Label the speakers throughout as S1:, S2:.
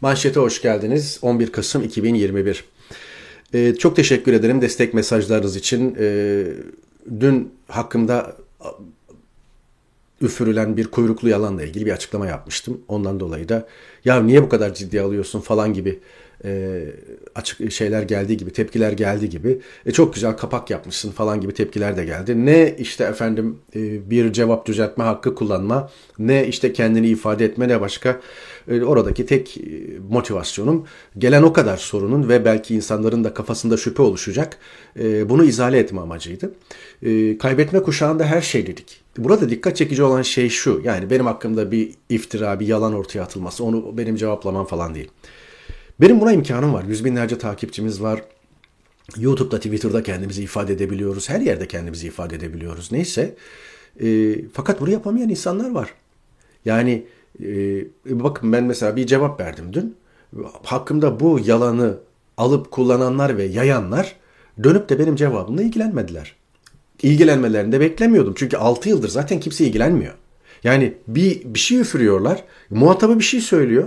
S1: Manşete hoş geldiniz. 11 Kasım 2021. Çok teşekkür ederim destek mesajlarınız için. Dün hakkımda üfürülen bir kuyruklu yalanla ilgili bir açıklama yapmıştım. Ondan dolayı da ya niye bu kadar ciddiye alıyorsun falan gibi açık şeyler geldiği gibi, tepkiler geldiği gibi çok güzel kapak yapmışsın falan gibi tepkiler de geldi. Ne işte efendim bir cevap düzeltme hakkı kullanma, ne işte kendini ifade etme, ne başka. Oradaki tek motivasyonum gelen o kadar sorunun ve belki insanların da kafasında şüphe oluşacak bunu izale etme amacıydı. Kaybetme kuşağında her şey dedik. Burada dikkat çekici olan şey şu, yani benim hakkımda bir iftira, bir yalan ortaya atılması, onu benim cevaplamam falan değil. Benim buna imkanım var. Yüz binlerce takipçimiz var. YouTube'da, Twitter'da kendimizi ifade edebiliyoruz. Her yerde kendimizi ifade edebiliyoruz. Neyse. Fakat bunu yapamayan insanlar var. Yani bakın ben mesela bir cevap verdim dün. Hakkımda bu yalanı alıp kullananlar ve yayanlar dönüp de benim cevabımla ilgilenmediler. İlgilenmelerini de beklemiyordum. Çünkü 6 yıldır zaten kimse ilgilenmiyor. Yani bir şey üfürüyorlar. Muhatabı bir şey söylüyor.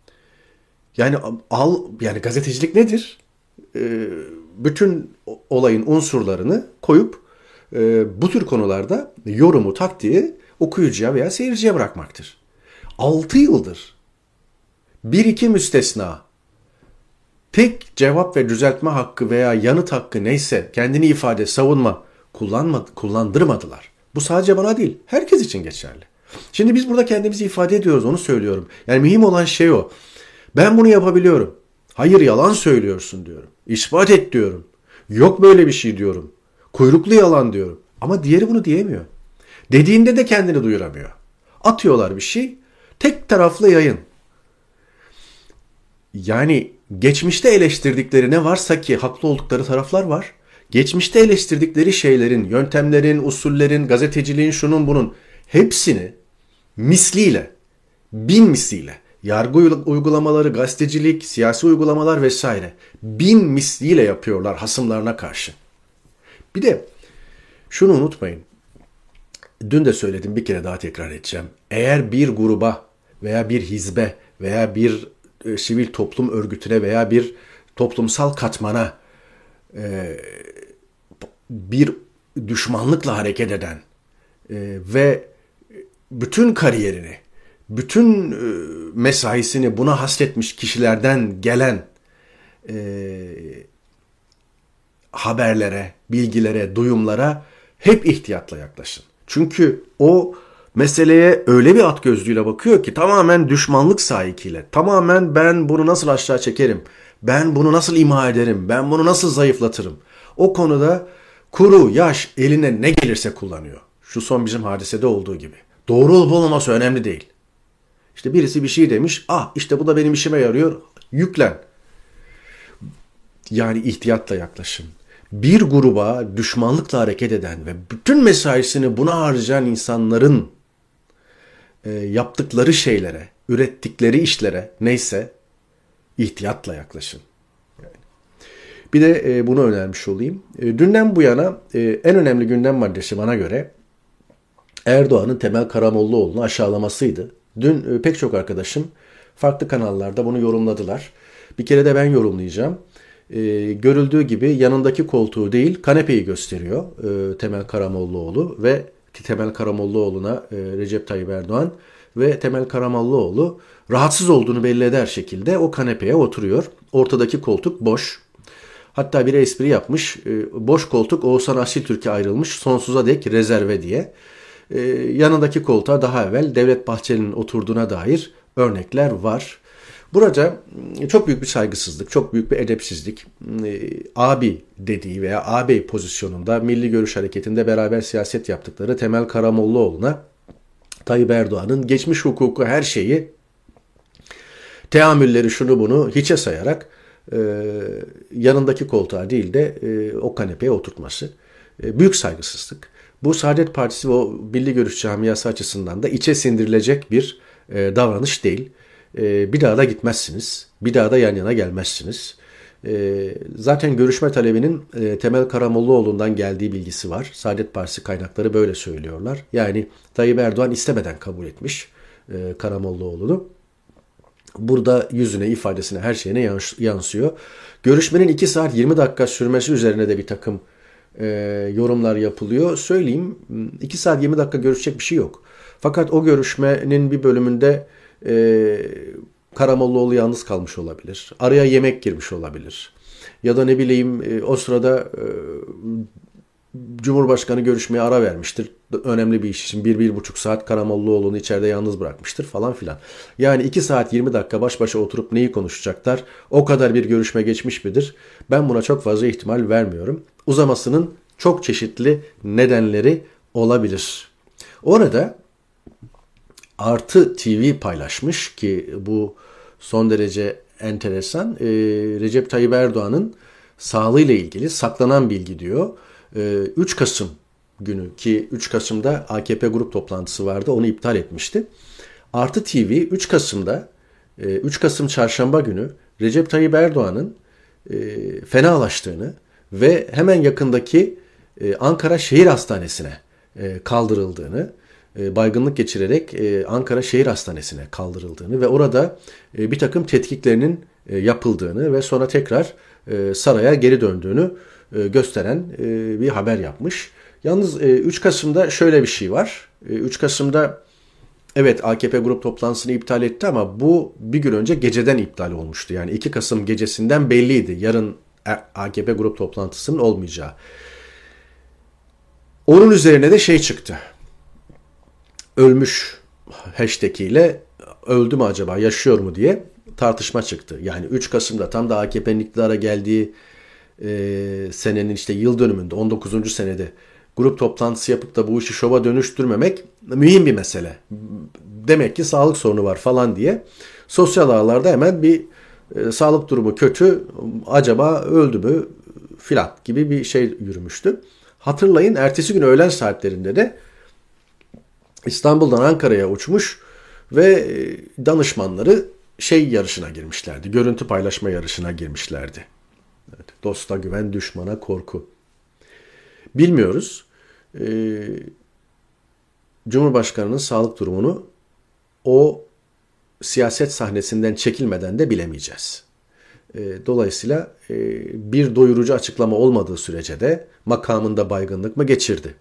S1: Yani gazetecilik nedir? Bütün olayın unsurlarını koyup bu tür konularda yorumu, taktiği okuyucuya veya seyirciye bırakmaktır. 6 yıldır bir iki müstesna tek cevap ve düzeltme hakkı veya yanıt hakkı neyse kendini ifade, savunma kullandırmadılar. Bu sadece bana değil, herkes için geçerli. Şimdi biz burada kendimizi ifade ediyoruz, onu söylüyorum. Yani mühim olan şey o. Ben bunu yapabiliyorum. Hayır, yalan söylüyorsun diyorum. İspat et diyorum. Yok böyle bir şey diyorum. Kuyruklu yalan diyorum. Ama diğeri bunu diyemiyor. Dediğinde de kendini duyuramıyor. Atıyorlar bir şey. Tek taraflı yayın. Yani geçmişte eleştirdikleri ne varsa ki haklı oldukları taraflar var. Geçmişte eleştirdikleri şeylerin, yöntemlerin, usullerin, gazeteciliğin, şunun bunun hepsini misliyle, bin misliyle, yargı uygulamaları, gazetecilik, siyasi uygulamalar vesaire bin misliyle yapıyorlar hasımlarına karşı. Bir de şunu unutmayın. Dün de söyledim, bir kere daha tekrar edeceğim. Eğer bir gruba veya bir hizbe veya bir sivil toplum örgütüne veya bir toplumsal katmana bir düşmanlıkla hareket eden ve bütün kariyerini, bütün mesaisini buna hasretmiş kişilerden gelen haberlere, bilgilere, duyumlara hep ihtiyatla yaklaşın. Çünkü o meseleye öyle bir at gözlüğüyle bakıyor ki tamamen düşmanlık sahikiyle, tamamen ben bunu nasıl aşağı çekerim, ben bunu nasıl imha ederim, ben bunu nasıl zayıflatırım. O konuda kuru, yaş, eline ne gelirse kullanıyor. Şu son bizim hadisede olduğu gibi. Doğru olup olmaması önemli değil. İşte birisi bir şey demiş, işte bu da benim işime yarıyor, yüklen. Yani ihtiyatla yaklaşın. Bir gruba düşmanlıkla hareket eden ve bütün mesaisini buna harcayan insanların yaptıkları şeylere, ürettikleri işlere neyse ihtiyatla yaklaşın. Yani. Bir de bunu önermiş olayım. Dünden bu yana en önemli gündem maddesi bana göre Erdoğan'ın Temel Karamollaoğlu'nu aşağılamasıydı. Dün pek çok arkadaşım farklı kanallarda bunu yorumladılar. Bir kere de ben yorumlayacağım. Görüldüğü gibi yanındaki koltuğu değil kanepeyi gösteriyor Temel Karamollaoğlu ve Temel Karamollaoğlu'na Recep Tayyip Erdoğan ve Temel Karamollaoğlu rahatsız olduğunu belli eder şekilde o kanepeye oturuyor. Ortadaki koltuk boş. Hatta bir espri yapmış. Boş koltuk Oğuzhan Asiltürk'e ayrılmış sonsuza dek rezerve diye. Yanındaki koltuğa daha evvel Devlet Bahçeli'nin oturduğuna dair örnekler var. Burada çok büyük bir saygısızlık, çok büyük bir edepsizlik. Abi dediği veya ağabey pozisyonunda Milli Görüş Hareketi'nde beraber siyaset yaptıkları Temel Karamollaoğlu'na Tayyip Erdoğan'ın geçmiş hukuku her şeyi, teamülleri şunu bunu hiçe sayarak yanındaki koltuğa değil de o kanepeye oturtması. Büyük saygısızlık. Bu Saadet Partisi ve o Milli Görüş camiası açısından da içe sindirilecek bir davranış değil. Bir daha da gitmezsiniz. Bir daha da yan yana gelmezsiniz. Zaten görüşme talebinin Temel Karamollaoğlu'ndan geldiği bilgisi var. Saadet Partisi kaynakları böyle söylüyorlar. Yani Tayyip Erdoğan istemeden kabul etmiş Karamollaoğlu'nu. burada yüzüne, ifadesine, her şeyine yansıyor. Görüşmenin 2 saat 20 dakika sürmesi üzerine de bir takım yorumlar yapılıyor. Söyleyeyim, 2 saat 20 dakika görüşecek bir şey yok. Fakat o görüşmenin bir bölümünde Karamollaoğlu yalnız kalmış olabilir. Araya yemek girmiş olabilir. Ya da ne bileyim o sırada Cumhurbaşkanı görüşmeye ara vermiştir. Önemli bir iş için 1-1,5 saat Karamollaoğlu'nu içeride yalnız bırakmıştır falan filan. Yani 2 saat 20 dakika baş başa oturup neyi konuşacaklar? O kadar bir görüşme geçmiş midir? Ben buna çok fazla ihtimal vermiyorum. Uzamasının çok çeşitli nedenleri olabilir. Orada Artı TV paylaşmış ki bu son derece enteresan. Recep Tayyip Erdoğan'ın sağlığıyla ilgili saklanan bilgi diyor. 3 Kasım günü, ki 3 Kasım'da AKP grup toplantısı vardı, onu iptal etmişti. Artı TV 3 Kasım çarşamba günü Recep Tayyip Erdoğan'ın fenalaştığını ve hemen yakındaki Ankara Şehir Hastanesi'ne kaldırıldığını, baygınlık geçirerek Ankara Şehir Hastanesi'ne kaldırıldığını ve orada bir takım tetkiklerinin yapıldığını ve sonra tekrar saraya geri döndüğünü gösteren bir haber yapmış. Yalnız 3 Kasım'da şöyle bir şey var. 3 Kasım'da evet AKP grup toplantısını iptal etti ama bu bir gün önce geceden iptal olmuştu. Yani 2 Kasım gecesinden belliydi yarın AKP grup toplantısının olmayacağı. Onun üzerine de şey çıktı. Ölmüş hashtag ile öldü mü acaba, yaşıyor mu diye tartışma çıktı. Yani 3 Kasım'da tam da AKP'nin iktidara geldiği senenin işte yıl dönümünde 19. senede grup toplantısı yapıp da bu işi şova dönüştürmemek mühim bir mesele. Demek ki sağlık sorunu var falan diye sosyal ağlarda hemen bir sağlık durumu kötü, acaba öldü mü filan gibi bir şey yürümüştü. Hatırlayın, ertesi gün öğlen saatlerinde de İstanbul'dan Ankara'ya uçmuş ve danışmanları şey yarışına girmişlerdi. Görüntü paylaşma yarışına girmişlerdi. Evet, dosta güven, düşmana korku. Bilmiyoruz. Cumhurbaşkanının sağlık durumunu o siyaset sahnesinden çekilmeden de bilemeyeceğiz. Dolayısıyla bir doyurucu açıklama olmadığı sürece de makamında baygınlık mı geçirdi?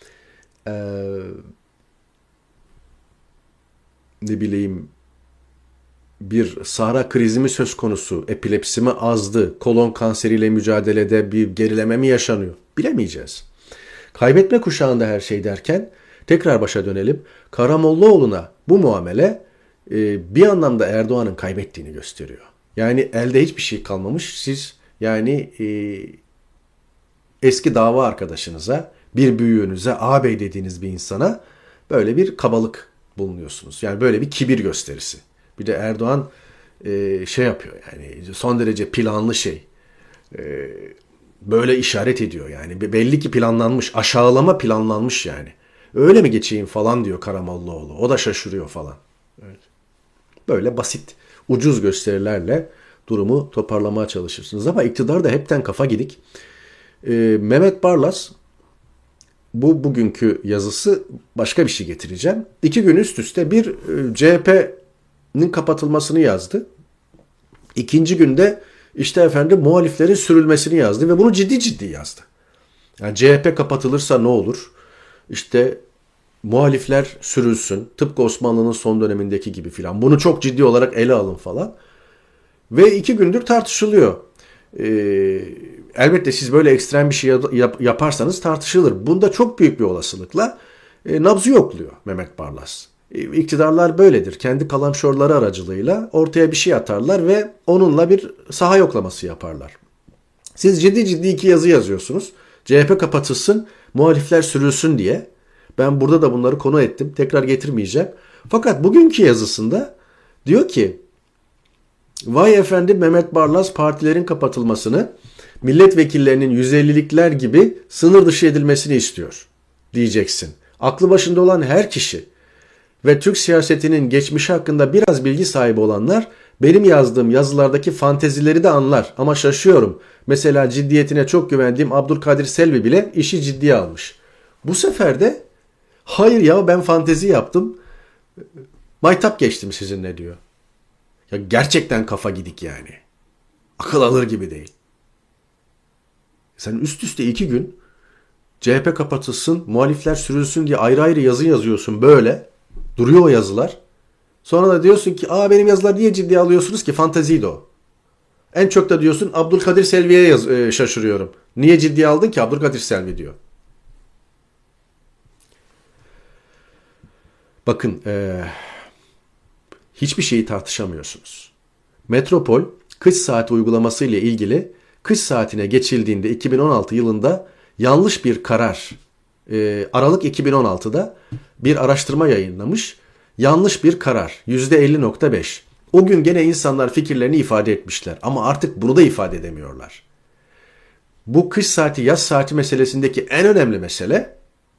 S1: Ne bileyim, bir Sahra krizi mi söz konusu, epilepsi mi azdı, kolon kanseriyle mücadelede bir gerileme mi yaşanıyor? Bilemeyeceğiz. Kaybetme kuşağında her şey derken tekrar başa dönelim. Karamollaoğlu'na bu muamele bir anlamda Erdoğan'ın kaybettiğini gösteriyor. Yani elde hiçbir şey kalmamış. Siz yani eski dava arkadaşınıza, bir büyüğünüze, ağabey dediğiniz bir insana böyle bir kabalık bulunuyorsunuz. Yani böyle bir kibir gösterisi. Bir de Erdoğan şey yapıyor, yani son derece planlı şey. Böyle işaret ediyor yani. Belli ki planlanmış, aşağılama planlanmış yani. Öyle mi geçeyim falan diyor Karamollaoğlu. O da şaşırıyor falan. Evet. Böyle basit, ucuz gösterilerle durumu toparlamaya çalışırsınız. Ama iktidar da hepten kafa gidik. Mehmet Barlas, bugünkü yazısı, başka bir şey getireceğim. 2 gün üst üste bir CHP'nin kapatılmasını yazdı. İkinci günde işte efendim muhaliflerin sürülmesini yazdı ve bunu ciddi ciddi yazdı. Yani CHP kapatılırsa ne olur? İşte muhalifler sürülsün. Tıpkı Osmanlı'nın son dönemindeki gibi filan. Bunu çok ciddi olarak ele alın falan. Ve 2 gündür tartışılıyor. Elbette siz böyle ekstrem bir şey yaparsanız tartışılır. Bunda çok büyük bir olasılıkla nabzı yokluyor Mehmet Barlas. İktidarlar böyledir. Kendi kalamşorları aracılığıyla ortaya bir şey atarlar ve onunla bir saha yoklaması yaparlar. Siz ciddi ciddi 2 yazı yazıyorsunuz. CHP kapatılsın, muhalifler sürülsün diye. Ben burada da bunları konu ettim. Tekrar getirmeyeceğim. Fakat bugünkü yazısında diyor ki, vay efendim Mehmet Barlas partilerin kapatılmasını, milletvekillerinin 150'likler gibi sınır dışı edilmesini istiyor diyeceksin. Aklı başında olan her kişi ve Türk siyasetinin geçmişi hakkında biraz bilgi sahibi olanlar benim yazdığım yazılardaki fantezileri de anlar. Ama şaşıyorum. Mesela ciddiyetine çok güvendiğim Abdülkadir Selvi bile işi ciddiye almış. Bu sefer de hayır ya ben fantezi yaptım, maytap geçtim sizinle diyor. Ya gerçekten kafa gidik yani. Akıl alır gibi değil. Sen üst üste 2 gün CHP kapatılsın, muhalifler sürülsün diye ayrı ayrı yazı yazıyorsun böyle. Duruyor o yazılar. Sonra da diyorsun ki benim yazılar niye ciddiye alıyorsunuz ki? Fanteziydi o. En çok da diyorsun Abdülkadir Selvi'ye şaşırıyorum. Niye ciddiye aldın ki Abdülkadir Selvi diyor. Bakın hiçbir şeyi tartışamıyorsunuz. Metropol kış saati uygulaması ile ilgili kış saatine geçildiğinde 2016 yılında yanlış bir karar Aralık 2016'da bir araştırma yayınlamış. Yanlış bir karar %50.5. O gün gene insanlar fikirlerini ifade etmişler ama artık bunu da ifade edemiyorlar. Bu kış saati yaz saati meselesindeki en önemli mesele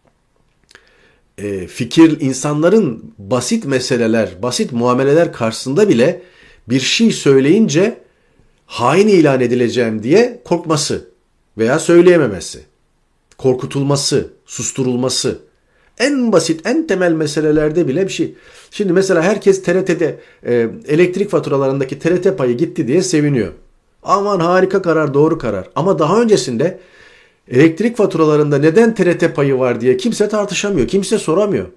S1: fikir insanların basit meseleler, basit muameleler karşısında bile bir şey söyleyince hain ilan edileceğim diye korkması veya söyleyememesi, korkutulması, susturulması. En basit, en temel meselelerde bile bir şey. Şimdi mesela herkes TRT'de elektrik faturalarındaki TRT payı gitti diye seviniyor. Aman harika karar, doğru karar. Ama daha öncesinde elektrik faturalarında neden TRT payı var diye kimse tartışamıyor, kimse soramıyor.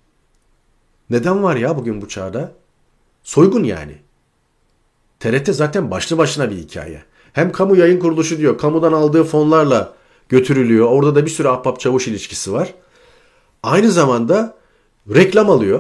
S1: Neden var ya bugün bu çağda? Soygun yani. TRT zaten başlı başına bir hikaye. Hem kamu yayın kuruluşu diyor, kamudan aldığı fonlarla götürülüyor. Orada da bir sürü ahbap çavuş ilişkisi var. Aynı zamanda reklam alıyor.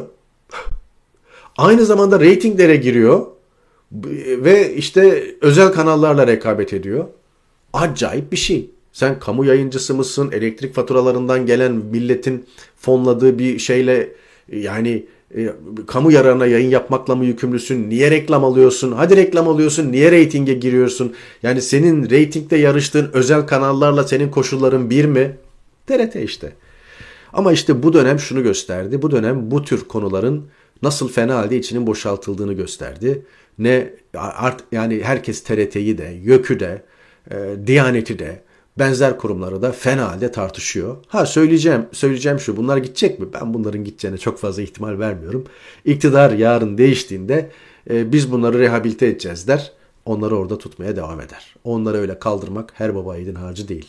S1: Aynı zamanda reytinglere giriyor. Ve işte özel kanallarla rekabet ediyor. Acayip bir şey. Sen kamu yayıncısı mısın? Elektrik faturalarından gelen milletin fonladığı bir şeyle yani kamu yararına yayın yapmakla mı yükümlüsün? Niye reklam alıyorsun? Hadi reklam alıyorsun. Niye reytinge giriyorsun? Yani senin reytingde yarıştığın özel kanallarla senin koşulların bir mi? TRT işte. Ama işte bu dönem şunu gösterdi. Bu dönem bu tür konuların nasıl fena halde içinin boşaltıldığını gösterdi. Yani herkes TRT'yi de, YÖK'ü de, Diyanet'i de, benzer kurumları da fena halde tartışıyor. Söyleyeceğim şu, bunlar gidecek mi? Ben bunların gideceğine çok fazla ihtimal vermiyorum. İktidar yarın değiştiğinde biz bunları rehabilite edeceğiz der. Onları orada tutmaya devam eder. Onları öyle kaldırmak her baba yiğidin harcı değil.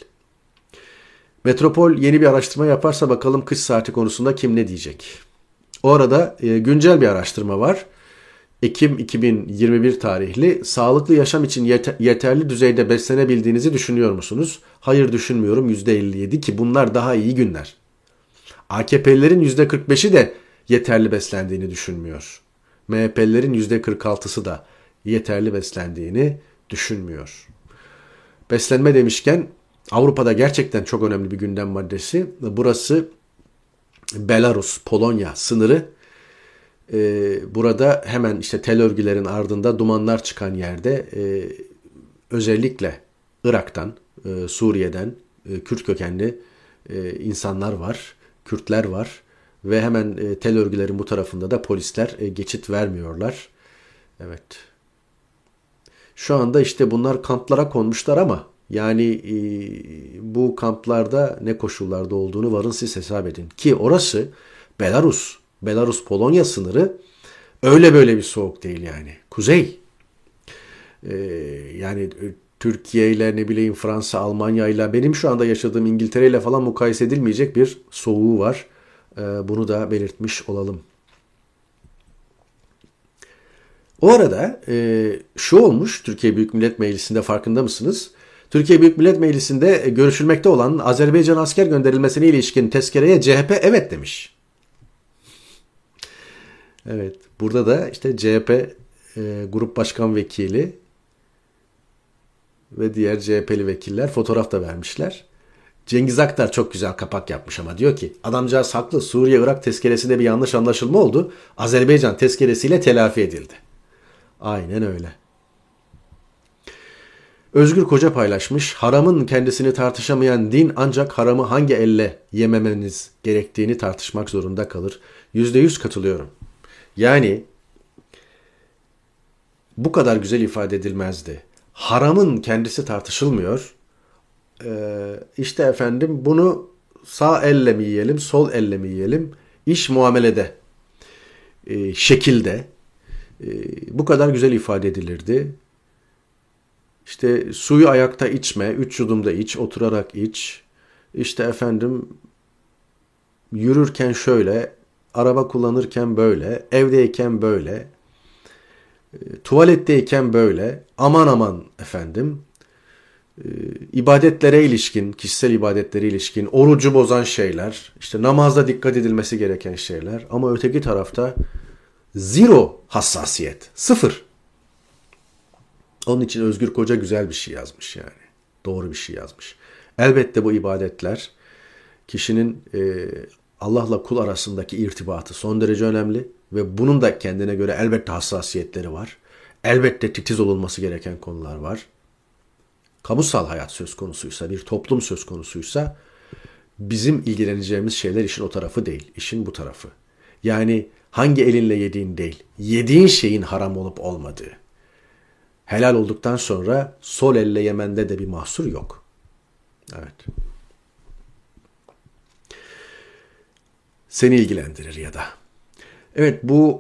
S1: Metropol yeni bir araştırma yaparsa bakalım kış saati konusunda kim ne diyecek. O arada güncel bir araştırma var. Ekim 2021 tarihli. Sağlıklı yaşam için yeterli düzeyde beslenebildiğinizi düşünüyor musunuz? Hayır düşünmüyorum %57 ki bunlar daha iyi günler. AKP'lilerin %45'i de yeterli beslendiğini düşünmüyor. MHP'lilerin %46'sı da yeterli beslendiğini düşünmüyor. Beslenme demişken Avrupa'da gerçekten çok önemli bir gündem maddesi. Burası Belarus, Polonya sınırı. Burada hemen işte tel örgülerin ardında dumanlar çıkan yerde özellikle Irak'tan, Suriye'den Kürt kökenli insanlar var, Kürtler var ve hemen tel örgülerin bu tarafında da polisler geçit vermiyorlar. Evet. Şu anda işte bunlar kamplara konmuşlar ama yani bu kamplarda ne koşullarda olduğunu varın siz hesap edin. Ki orası Belarus-Polonya sınırı öyle böyle bir soğuk değil yani. Kuzey. Yani Türkiye ile ne bileyim Fransa, Almanya ile benim şu anda yaşadığım İngiltere ile falan mukayese edilmeyecek bir soğuğu var. Bunu da belirtmiş olalım. O arada şu olmuş Türkiye Büyük Millet Meclisi'nde farkında mısınız? Türkiye Büyük Millet Meclisi'nde görüşülmekte olan Azerbaycan asker gönderilmesine ilişkin tezkereye CHP evet demiş. Evet, burada da işte CHP Grup Başkan Vekili ve diğer CHP'li vekiller fotoğraf da vermişler. Cengiz Aktar çok güzel kapak yapmış ama diyor ki adamcağız haklı, Suriye-Irak tezkeresinde bir yanlış anlaşılma oldu. Azerbaycan tezkeresiyle telafi edildi. Aynen öyle. Özgür Koca paylaşmış. Haramın kendisini tartışamayan din ancak haramı hangi elle yememeniz gerektiğini tartışmak zorunda kalır. %100 katılıyorum. Yani bu kadar güzel ifade edilmezdi. Haramın kendisi tartışılmıyor. İşte efendim bunu sağ elle mi yiyelim, sol elle mi yiyelim? İş muamelede, şekilde Bu kadar güzel ifade edilirdi. İşte suyu ayakta içme, 3 yudumda iç, oturarak iç. İşte efendim yürürken şöyle, araba kullanırken böyle, evdeyken böyle, tuvaletteyken böyle, aman aman efendim, ibadetlere ilişkin, kişisel ibadetlere ilişkin, orucu bozan şeyler, işte namazda dikkat edilmesi gereken şeyler ama öteki tarafta zero hassasiyet, sıfır. Onun için Özgür Koca güzel bir şey yazmış yani. Doğru bir şey yazmış. Elbette bu ibadetler kişinin Allah'la kul arasındaki irtibatı son derece önemli ve bunun da kendine göre elbette hassasiyetleri var. Elbette titiz olunması gereken konular var. Kamusal hayat söz konusuysa, bir toplum söz konusuysa bizim ilgileneceğimiz şeyler işin o tarafı değil, işin bu tarafı. Yani hangi elinle yediğin değil, yediğin şeyin haram olup olmadığı. Helal olduktan sonra sol elle yemende de bir mahsur yok. Evet. Seni ilgilendirir ya da. Evet, bu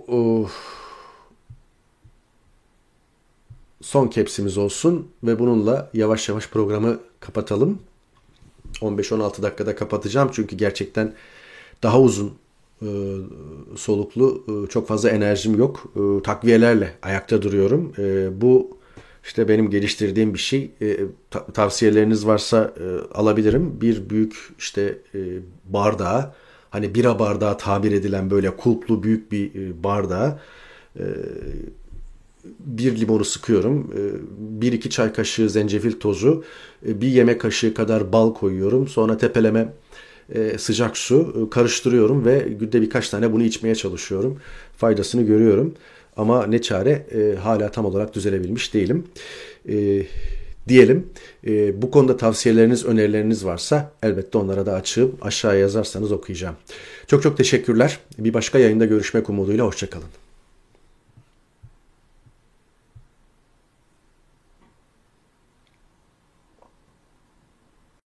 S1: son kepsimiz olsun ve bununla yavaş yavaş programı kapatalım. 15-16 dakikada kapatacağım çünkü gerçekten daha uzun soluklu çok fazla enerjim yok. Takviyelerle ayakta duruyorum. Bu işte benim geliştirdiğim bir şey. Tavsiyeleriniz varsa alabilirim. Bir büyük işte bardağı, hani bira bardağı tabir edilen böyle kulplu büyük bir bardağı, bir limonu sıkıyorum. 1-2 çay kaşığı zencefil tozu, bir yemek kaşığı kadar bal koyuyorum. Sonra tepeleme sıcak su karıştırıyorum ve günde birkaç tane bunu içmeye çalışıyorum. Faydasını görüyorum. Ama ne çare, hala tam olarak düzelebilmiş değilim. Diyelim. Bu konuda tavsiyeleriniz, önerileriniz varsa elbette onlara da açığım. Aşağıya yazarsanız okuyacağım. Çok çok teşekkürler. Bir başka yayında görüşmek umuduyla. Hoşça kalın.